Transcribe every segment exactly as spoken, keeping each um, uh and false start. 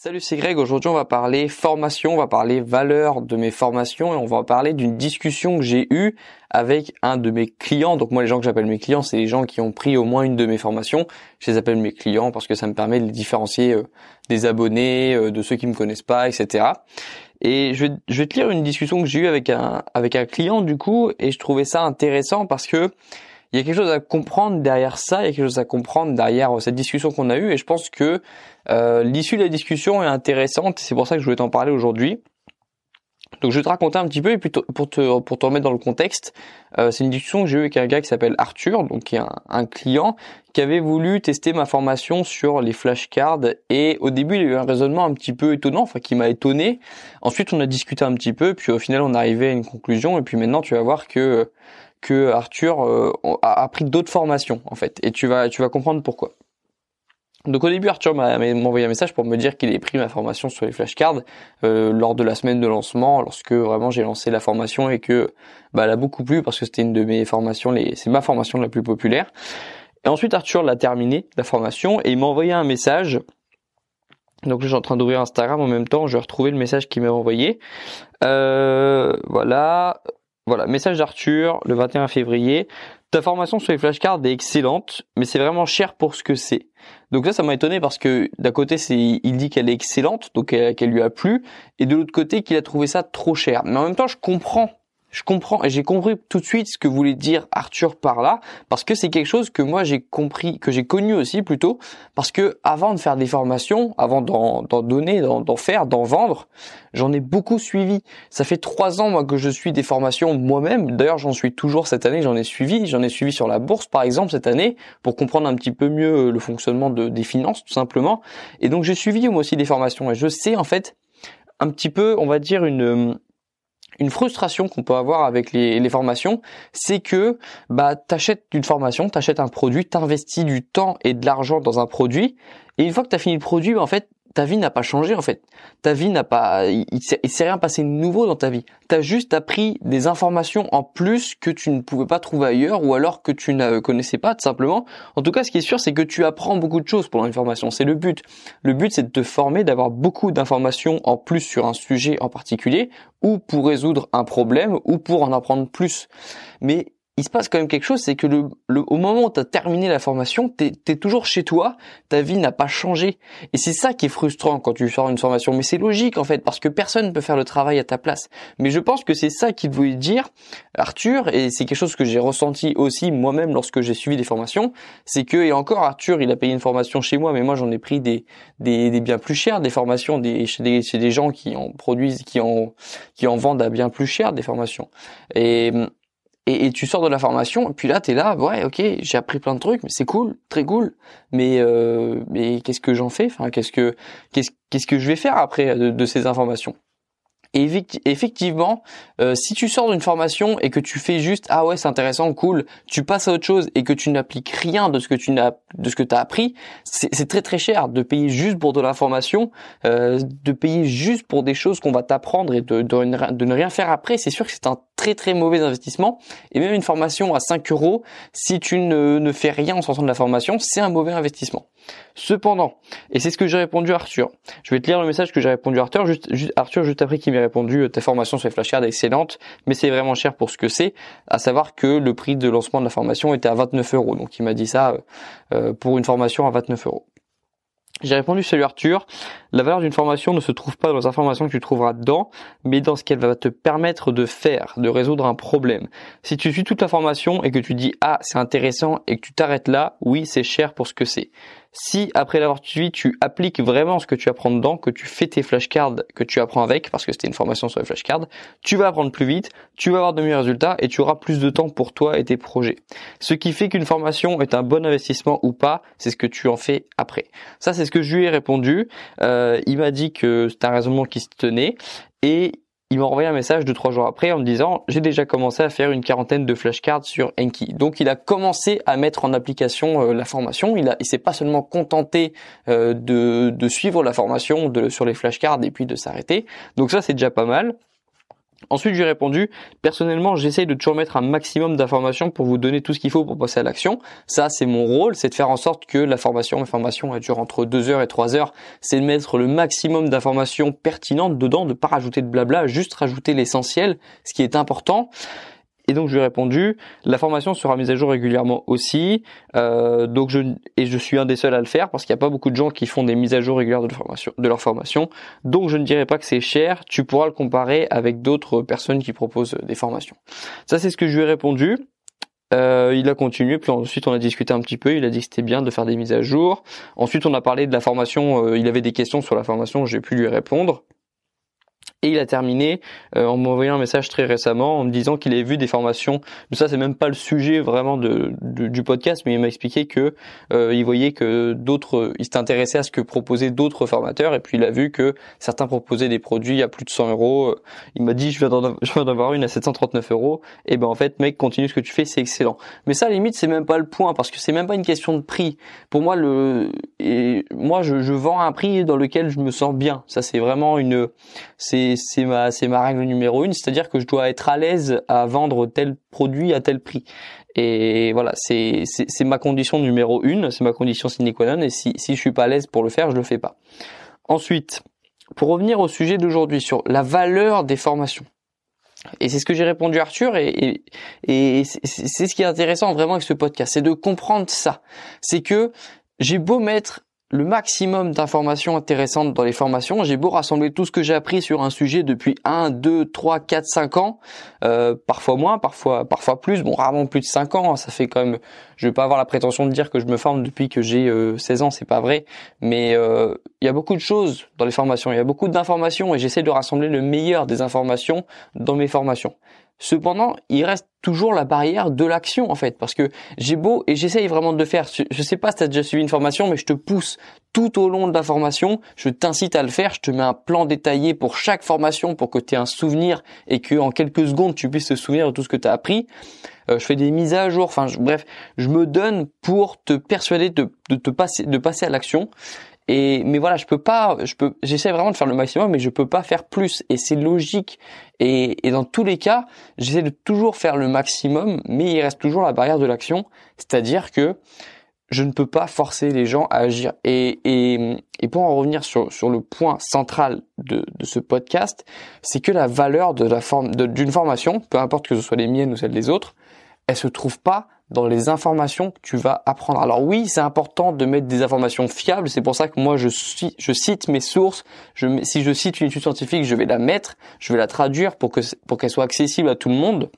Salut, c'est Greg. Aujourd'hui, on va parler formation, on va parler valeur de mes formations et on va parler d'une discussion que j'ai eue avec un de mes clients. Donc moi, les gens que j'appelle mes clients, c'est les gens qui ont pris au moins une de mes formations. Je les appelle mes clients parce que ça me permet de les différencier euh, des abonnés, euh, de ceux qui me connaissent pas, et cetera. Et je vais, je vais te lire une discussion que j'ai eue avec un avec un client du coup, et je trouvais ça intéressant parce que il y a quelque chose à comprendre derrière ça, il y a quelque chose à comprendre derrière cette discussion qu'on a eue, et je pense que euh, l'issue de la discussion est intéressante, c'est pour ça que je voulais t'en parler aujourd'hui. Donc je vais te raconter un petit peu, et puis pour te pour te remettre dans le contexte, euh, c'est une discussion que j'ai eue avec un gars qui s'appelle Arthur, donc qui est un, un client qui avait voulu tester ma formation sur les flashcards, et au début il a eu un raisonnement un petit peu étonnant, enfin qui m'a étonné. Ensuite on a discuté un petit peu, puis au final on est arrivé à une conclusion, et puis maintenant tu vas voir que que Arthur euh, a, a pris d'autres formations en fait, et tu vas tu vas comprendre pourquoi. Donc au début Arthur m'a, m'a envoyé un message pour me dire qu'il avait pris ma formation sur les flashcards euh, lors de la semaine de lancement, lorsque vraiment j'ai lancé la formation et que bah elle a beaucoup plu parce que c'était une de mes formations, les, c'est ma formation la plus populaire. Et ensuite Arthur l'a terminé la formation et il m'a envoyé un message. Donc là, je suis en train d'ouvrir Instagram en même temps, je vais retrouver le message qu'il m'a envoyé. Euh, voilà. Voilà, message d'Arthur, le vingt et un février. Ta formation sur les flashcards est excellente, mais c'est vraiment cher pour ce que c'est. Donc là, ça m'a étonné parce que d'un côté, c'est, il dit qu'elle est excellente, donc qu'elle, qu'elle lui a plu, et de l'autre côté, qu'il a trouvé ça trop cher. Mais en même temps, je comprends. Je comprends et j'ai compris tout de suite ce que voulait dire Arthur par là, parce que c'est quelque chose que moi j'ai compris, que j'ai connu aussi plutôt, parce que avant de faire des formations, avant d'en, d'en donner, d'en, d'en faire, d'en vendre, j'en ai beaucoup suivi. Ça fait trois ans moi que je suis des formations moi-même. D'ailleurs, j'en suis toujours cette année. J'en ai suivi, j'en ai suivi sur la bourse par exemple cette année pour comprendre un petit peu mieux le fonctionnement de, des finances tout simplement. Et donc j'ai suivi moi aussi des formations et je sais en fait un petit peu, on va dire une Une frustration qu'on peut avoir avec les, les formations, c'est que bah t'achètes une formation, t'achètes un produit, t'investis du temps et de l'argent dans un produit, et une fois que t'as fini le produit, bah, en fait, ta vie n'a pas changé en fait. Ta vie n'a pas, il, il, s'est, il s'est rien passé de nouveau dans ta vie. T'as juste appris des informations en plus que tu ne pouvais pas trouver ailleurs, ou alors que tu ne connaissais pas tout simplement. En tout cas, ce qui est sûr, c'est que tu apprends beaucoup de choses pendant une formation. C'est le but. Le but, c'est de te former, d'avoir beaucoup d'informations en plus sur un sujet en particulier, ou pour résoudre un problème, ou pour en apprendre plus. Mais il se passe quand même quelque chose, c'est que le, le au moment où tu as terminé la formation, t'es, t'es toujours chez toi, ta vie n'a pas changé. Et c'est ça qui est frustrant quand tu sors une formation. Mais c'est logique en fait, parce que personne ne peut faire le travail à ta place. Mais je pense que c'est ça qu'il voulait dire Arthur, et c'est quelque chose que j'ai ressenti aussi moi-même lorsque j'ai suivi des formations. C'est que, et encore Arthur, il a payé une formation chez moi, mais moi j'en ai pris des des, des bien plus chères, des formations des, chez, des, chez des gens qui en produisent, qui en, qui en vendent à bien plus cher des formations. Et... Et, et tu sors de la formation, et puis là, t'es là, ouais, ok, j'ai appris plein de trucs, mais c'est cool, très cool. Mais euh, mais qu'est-ce que j'en fais ? Enfin, qu'est-ce que qu'est-ce qu'est-ce que je vais faire après de, de ces informations ? Et effectivement, euh, si tu sors d'une formation et que tu fais juste ah ouais c'est intéressant, cool, tu passes à autre chose et que tu n'appliques rien de ce que tu n'as de ce que tu as appris, c'est, c'est très très cher de payer juste pour de l'information, euh, de payer juste pour des choses qu'on va t'apprendre et de, de, de ne rien faire après. C'est sûr que c'est un très très mauvais investissement. Et même une formation à cinq euros, si tu ne, ne fais rien en sortant de la formation, c'est un mauvais investissement. Cependant, et c'est ce que j'ai répondu à Arthur, je vais te lire le message que j'ai répondu à Arthur juste, juste, Arthur, juste après qu'il m'ait répondu, ta formation sur les flashcards est excellente, mais c'est vraiment cher pour ce que c'est, à savoir que le prix de lancement de la formation était à vingt-neuf euros, donc il m'a dit ça euh, pour une formation à vingt-neuf euros. J'ai répondu, salut Arthur, la valeur d'une formation ne se trouve pas dans les informations que tu trouveras dedans, mais dans ce qu'elle va te permettre de faire, de résoudre un problème. Si tu suis toute la formation et que tu dis ah c'est intéressant et que tu t'arrêtes là, oui c'est cher pour ce que c'est. Si après l'avoir suivi tu appliques vraiment ce que tu apprends dedans, que tu fais tes flashcards que tu apprends avec, parce que c'était une formation sur les flashcards, tu vas apprendre plus vite, tu vas avoir de meilleurs résultats et tu auras plus de temps pour toi et tes projets. Ce qui fait qu'une formation est un bon investissement ou pas, c'est ce que tu en fais après. Ça c'est ce que je lui ai répondu. Euh, il m'a dit que c'était un raisonnement qui se tenait et il m'a envoyé un message deux trois jours après en me disant j'ai déjà commencé à faire une quarantaine de flashcards sur Enki. Donc il a commencé à mettre en application euh, la formation. Il a, il s'est pas seulement contenté euh, de, de suivre la formation de, sur les flashcards et puis de s'arrêter. Donc ça c'est déjà pas mal. Ensuite, je lui ai répondu, personnellement, j'essaye de toujours mettre un maximum d'informations pour vous donner tout ce qu'il faut pour passer à l'action. Ça, c'est mon rôle, c'est de faire en sorte que la formation, ma formation, elle dure entre deux heures et trois heures. C'est de mettre le maximum d'informations pertinentes dedans, de pas rajouter de blabla, juste rajouter l'essentiel, ce qui est important. Et donc je lui ai répondu, la formation sera mise à jour régulièrement aussi, euh, donc je et je suis un des seuls à le faire parce qu'il n'y a pas beaucoup de gens qui font des mises à jour régulières de leur formation, de leur formation. Donc je ne dirais pas que c'est cher, tu pourras le comparer avec d'autres personnes qui proposent des formations. Ça c'est ce que je lui ai répondu. Euh, il a continué, puis ensuite on a discuté un petit peu, il a dit que c'était bien de faire des mises à jour. Ensuite on a parlé de la formation, euh, il avait des questions sur la formation, j'ai pu lui répondre. Et il a terminé euh, en m'envoyant un message très récemment en me disant qu'il avait vu des formations. Ça, c'est même pas le sujet vraiment de, de du podcast, mais il m'a expliqué que euh, il voyait que d'autres, il s'était intéressé à ce que proposaient d'autres formateurs, et puis il a vu que certains proposaient des produits à plus de cent euros. Il m'a dit, je viens d'en, je viens d'en avoir une à sept cent trente-neuf euros. Et ben en fait, mec, continue ce que tu fais, c'est excellent. Mais ça, à la limite, c'est même pas le point, parce que c'est même pas une question de prix. Pour moi, le, et moi, je, je vends à un prix dans lequel je me sens bien. Ça, c'est vraiment une, c'est c'est ma c'est ma règle numéro une, c'est-à-dire que je dois être à l'aise à vendre tel produit à tel prix. Et voilà, c'est c'est c'est ma condition numéro une, c'est ma condition sine qua non, et si si je suis pas à l'aise pour le faire, je le fais pas. Ensuite, pour revenir au sujet d'aujourd'hui sur la valeur des formations. Et c'est ce que j'ai répondu à Arthur, et et, et c'est, c'est ce qui est intéressant vraiment avec ce podcast, c'est de comprendre ça. C'est que j'ai beau mettre le maximum d'informations intéressantes dans les formations, j'ai beau rassembler tout ce que j'ai appris sur un sujet depuis un, deux, trois, quatre, cinq ans, euh, parfois moins, parfois parfois plus, bon rarement plus de cinq ans, ça fait quand même, je vais pas avoir la prétention de dire que je me forme depuis que j'ai euh, seize ans, c'est pas vrai, mais euh, il y a beaucoup de choses dans les formations, il y a beaucoup d'informations et j'essaie de rassembler le meilleur des informations dans mes formations. Cependant, il reste toujours la barrière de l'action en fait, parce que j'ai beau, et j'essaye vraiment de le faire, je sais pas si tu as déjà suivi une formation, mais je te pousse tout au long de la formation, je t'incite à le faire, je te mets un plan détaillé pour chaque formation pour que tu aies un souvenir et que en quelques secondes tu puisses te souvenir de tout ce que tu as appris. Euh, je fais des mises à jour, enfin je, bref, je me donne pour te persuader de, de te passer de passer à l'action. Et mais voilà, je peux pas, je peux, j'essaie vraiment de faire le maximum, mais je peux pas faire plus. Et c'est logique. Et, et dans tous les cas, j'essaie de toujours faire le maximum, mais il reste toujours la barrière de l'action, c'est-à-dire que je ne peux pas forcer les gens à agir. Et et, et pour en revenir sur sur le point central de de ce podcast, c'est que la valeur de la forme de, d'une formation, peu importe que ce soit les miennes ou celles des autres, elle se trouve pas dans les informations que tu vas apprendre. Alors oui, c'est important de mettre des informations fiables. C'est pour ça que moi, je, suis, je cite mes sources. Je, si je cite une étude scientifique, je vais la mettre, je vais la traduire pour que pour qu'elle soit accessible à tout le monde.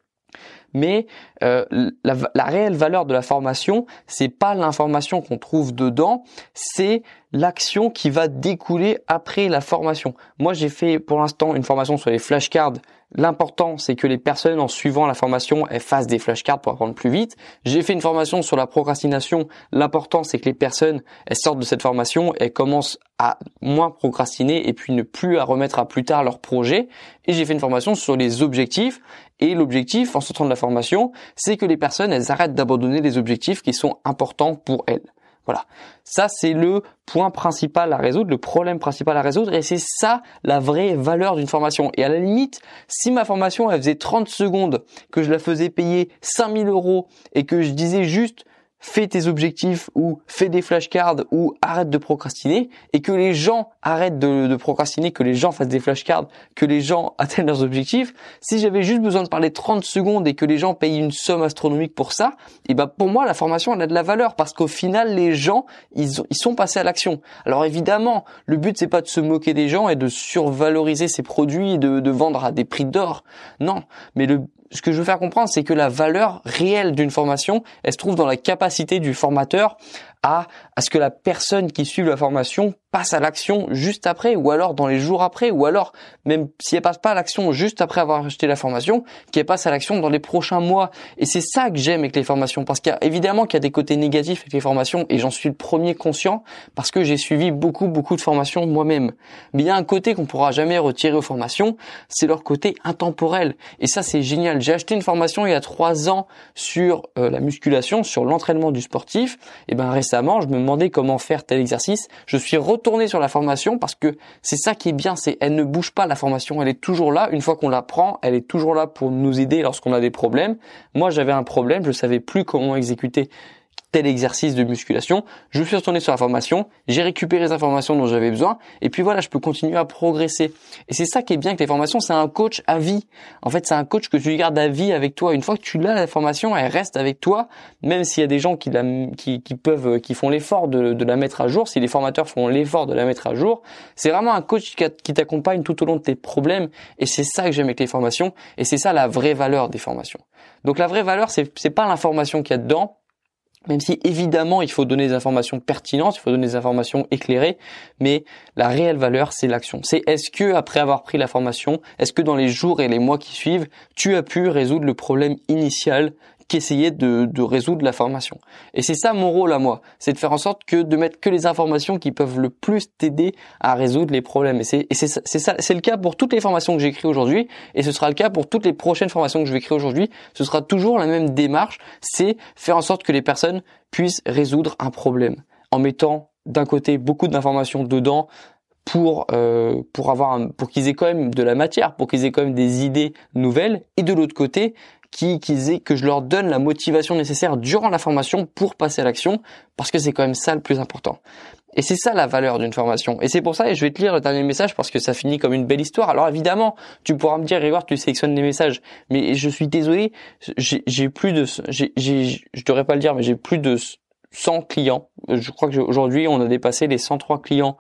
Mais euh, la, la réelle valeur de la formation, c'est pas l'information qu'on trouve dedans, c'est l'action qui va découler après la formation. Moi, j'ai fait pour l'instant une formation sur les flashcards. L'important, c'est que les personnes, en suivant la formation, elles fassent des flashcards pour apprendre plus vite. J'ai fait une formation sur la procrastination. L'important, c'est que les personnes, elles sortent de cette formation, elles commencent à moins procrastiner et puis ne plus à remettre à plus tard leur projet. Et j'ai fait une formation sur les objectifs. Et l'objectif, en sortant de la formation, c'est que les personnes, elles arrêtent d'abandonner les objectifs qui sont importants pour elles. Voilà. Ça, c'est le point principal à résoudre, le problème principal à résoudre, et c'est ça la vraie valeur d'une formation. Et à la limite, si ma formation, elle faisait trente secondes, que je la faisais payer cinq mille euros, et que je disais juste fais tes objectifs ou fais des flashcards ou arrête de procrastiner, et que les gens arrêtent de, de procrastiner, que les gens fassent des flashcards, que les gens atteignent leurs objectifs, si j'avais juste besoin de parler trente secondes et que les gens payent une somme astronomique pour ça, et ben pour moi la formation elle a de la valeur parce qu'au final les gens ils, ont, ils sont passés à l'action. Alors évidemment le but c'est pas de se moquer des gens et de survaloriser ces produits et de, de vendre à des prix d'or, non, mais le ce que je veux faire comprendre, c'est que la valeur réelle d'une formation, elle se trouve dans la capacité du formateur à, à ce que la personne qui suit la formation passe à l'action juste après, ou alors dans les jours après, ou alors même si elle passe pas à l'action juste après avoir acheté la formation, qu'elle passe à l'action dans les prochains mois. Et c'est ça que j'aime avec les formations, parce qu'il y a évidemment qu'il y a des côtés négatifs avec les formations, et j'en suis le premier conscient, parce que j'ai suivi beaucoup, beaucoup de formations moi-même. Mais il y a un côté qu'on pourra jamais retirer aux formations, c'est leur côté intemporel. Et ça, c'est génial. J'ai acheté une formation il y a trois ans sur euh, la musculation, sur l'entraînement du sportif. Et ben récemment, je me demandais comment faire tel exercice. Je suis retourné retourner sur la formation parce que c'est ça qui est bien, c'est elle ne bouge pas la formation, elle est toujours là. Une fois qu'on la prend, elle est toujours là pour nous aider lorsqu'on a des problèmes. Moi, j'avais un problème, je savais plus comment exécuter tel exercice de musculation, je suis retourné sur la formation, j'ai récupéré les informations dont j'avais besoin, et puis voilà, je peux continuer à progresser. Et c'est ça qui est bien avec les formations, c'est un coach à vie. En fait, c'est un coach que tu gardes à vie avec toi. Une fois que tu l'as, la formation, elle reste avec toi, même s'il y a des gens qui, la, qui, qui peuvent, qui font l'effort de, de la mettre à jour, si les formateurs font l'effort de la mettre à jour, c'est vraiment un coach qui, qui t'accompagne tout au long de tes problèmes, et c'est ça que j'aime avec les formations, et c'est ça la vraie valeur des formations. Donc la vraie valeur, c'est, c'est pas l'information qu'il y a dedans, même si évidemment il faut donner des informations pertinentes, il faut donner des informations éclairées, mais la réelle valeur c'est l'action. C'est est-ce que après avoir pris la formation, est-ce que dans les jours et les mois qui suivent, tu as pu résoudre le problème initial qu'essayer de, de résoudre la formation. Et c'est ça mon rôle à moi, c'est de faire en sorte que de mettre que les informations qui peuvent le plus t'aider à résoudre les problèmes. Et c'est, et c'est, c'est ça, c'est le cas pour toutes les formations que j'écris aujourd'hui, et ce sera le cas pour toutes les prochaines formations que je vais créer aujourd'hui. Ce sera toujours la même démarche, c'est faire en sorte que les personnes puissent résoudre un problème en mettant d'un côté beaucoup d'informations dedans, pour euh, pour avoir un, pour qu'ils aient quand même de la matière, pour qu'ils aient quand même des idées nouvelles, et de l'autre côté qui qu'ils aient que je leur donne la motivation nécessaire durant la formation pour passer à l'action, parce que c'est quand même ça le plus important. Et c'est ça la valeur d'une formation. Et c'est pour ça, et je vais te lire le dernier message parce que ça finit comme une belle histoire. Alors évidemment, tu pourras me dire, Grégoire, tu sélectionnes les messages, mais je suis désolé, j'ai, j'ai plus de, j'ai, j'ai, je devrais pas le dire, mais j'ai plus de cent clients. Je crois que aujourd'hui on a dépassé les cent trois clients.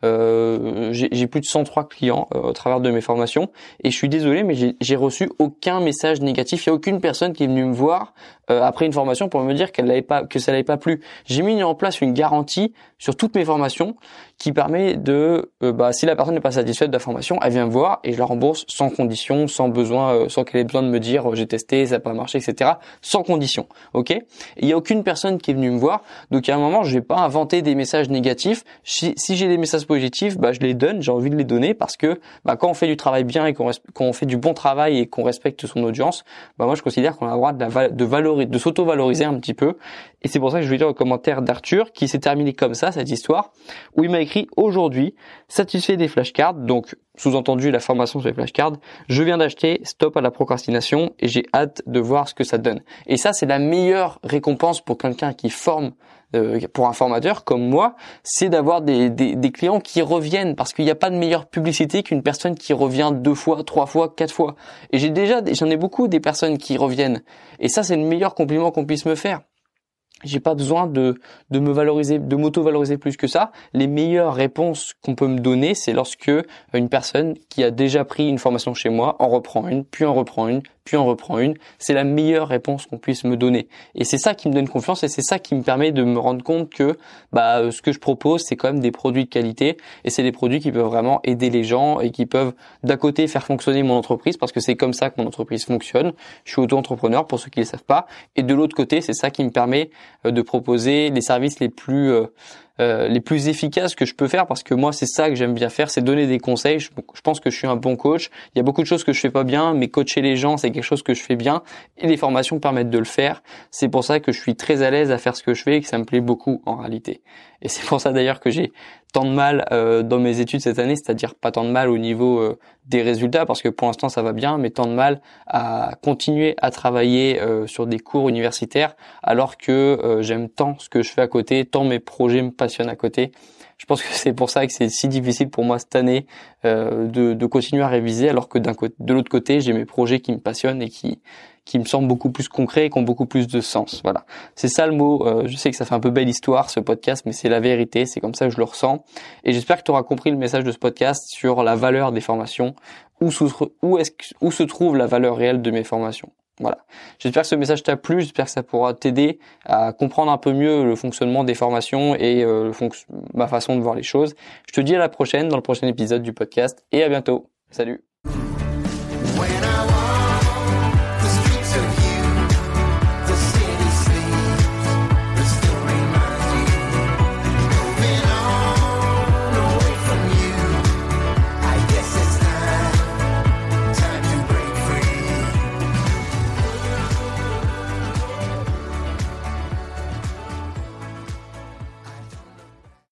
Euh, j'ai, j'ai plus de cent trois clients euh, au travers de mes formations, et je suis désolé, mais j'ai, j'ai reçu aucun message négatif. Il y a aucune personne qui est venue me voir euh, après une formation pour me dire qu'elle n'avait pas, que ça n'avait pas plu. J'ai mis en place une garantie sur toutes mes formations qui permet de, euh, bah, si la personne n'est pas satisfaite de la formation, elle vient me voir et je la rembourse sans condition, sans besoin, euh, sans qu'elle ait besoin de me dire euh, j'ai testé, ça n'a pas marché, et cetera. Sans condition, ok. Et il y a aucune personne qui est venue me voir, donc à un moment je vais pas inventer des messages négatifs. Si, si j'ai des messages positifs, bah je les donne, j'ai envie de les donner parce que bah quand on fait du travail bien et qu'on quand on fait du bon travail et qu'on respecte son audience, bah moi je considère qu'on a le droit de, la, de valoriser, de s'auto-valoriser un petit peu. Et c'est pour ça que je vais lire le commentaire d'Arthur qui s'est terminé comme ça, cette histoire, où il m'a écrit: aujourd'hui, satisfait des flashcards, donc sous-entendu la formation sur les flashcards, je viens d'acheter, stop à la procrastination et j'ai hâte de voir ce que ça donne. Et ça, c'est la meilleure récompense pour quelqu'un qui forme, euh, pour un formateur comme moi, c'est d'avoir des, des, des clients qui reviennent, parce qu'il n'y a pas de meilleure publicité qu'une personne qui revient deux fois, trois fois, quatre fois. Et j'ai déjà, j'en ai beaucoup des personnes qui reviennent. Et ça, c'est le meilleur compliment qu'on puisse me faire. J'ai pas besoin de, de me valoriser, de m'auto-valoriser plus que ça. Les meilleures réponses qu'on peut me donner, c'est lorsque une personne qui a déjà pris une formation chez moi en reprend une, puis en reprend une, puis en reprend une. C'est la meilleure réponse qu'on puisse me donner. Et c'est ça qui me donne confiance, et c'est ça qui me permet de me rendre compte que bah ce que je propose, c'est quand même des produits de qualité, et c'est des produits qui peuvent vraiment aider les gens et qui peuvent d'un côté faire fonctionner mon entreprise, parce que c'est comme ça que mon entreprise fonctionne. Je suis auto-entrepreneur pour ceux qui ne le savent pas, et de l'autre côté, c'est ça qui me permet de proposer les services les plus euh, euh, les plus efficaces que je peux faire, parce que moi c'est ça que j'aime bien faire, c'est donner des conseils. Je, je pense que je suis un bon coach. Il y a beaucoup de choses que je fais pas bien, mais coacher les gens c'est quelque chose que je fais bien, et les formations permettent de le faire. C'est pour ça que je suis très à l'aise à faire ce que je fais et que ça me plaît beaucoup en réalité. Et c'est pour ça d'ailleurs que j'ai tant de mal euh, dans mes études cette année, c'est-à-dire pas tant de mal au niveau euh, des résultats, parce que pour l'instant ça va bien, mais tant de mal à continuer à travailler euh, sur des cours universitaires, alors que euh, j'aime tant ce que je fais à côté, tant mes projets me passionnent à côté. Je pense que c'est pour ça que c'est si difficile pour moi cette année euh, de, de continuer à réviser, alors que d'un côté, de l'autre côté, j'ai mes projets qui me passionnent et qui qui me semblent beaucoup plus concrets et qui ont beaucoup plus de sens. Voilà, c'est ça le mot. Euh, je sais que ça fait un peu belle histoire ce podcast, mais c'est la vérité, c'est comme ça que je le ressens. Et j'espère que tu auras compris le message de ce podcast sur la valeur des formations, où, sous, où, est-ce, où se trouve la valeur réelle de mes formations. Voilà. J'espère que ce message t'a plu, j'espère que ça pourra t'aider à comprendre un peu mieux le fonctionnement des formations et euh, le fonc- ma façon de voir les choses. Je te dis à la prochaine dans le prochain épisode du podcast, et à bientôt. Salut.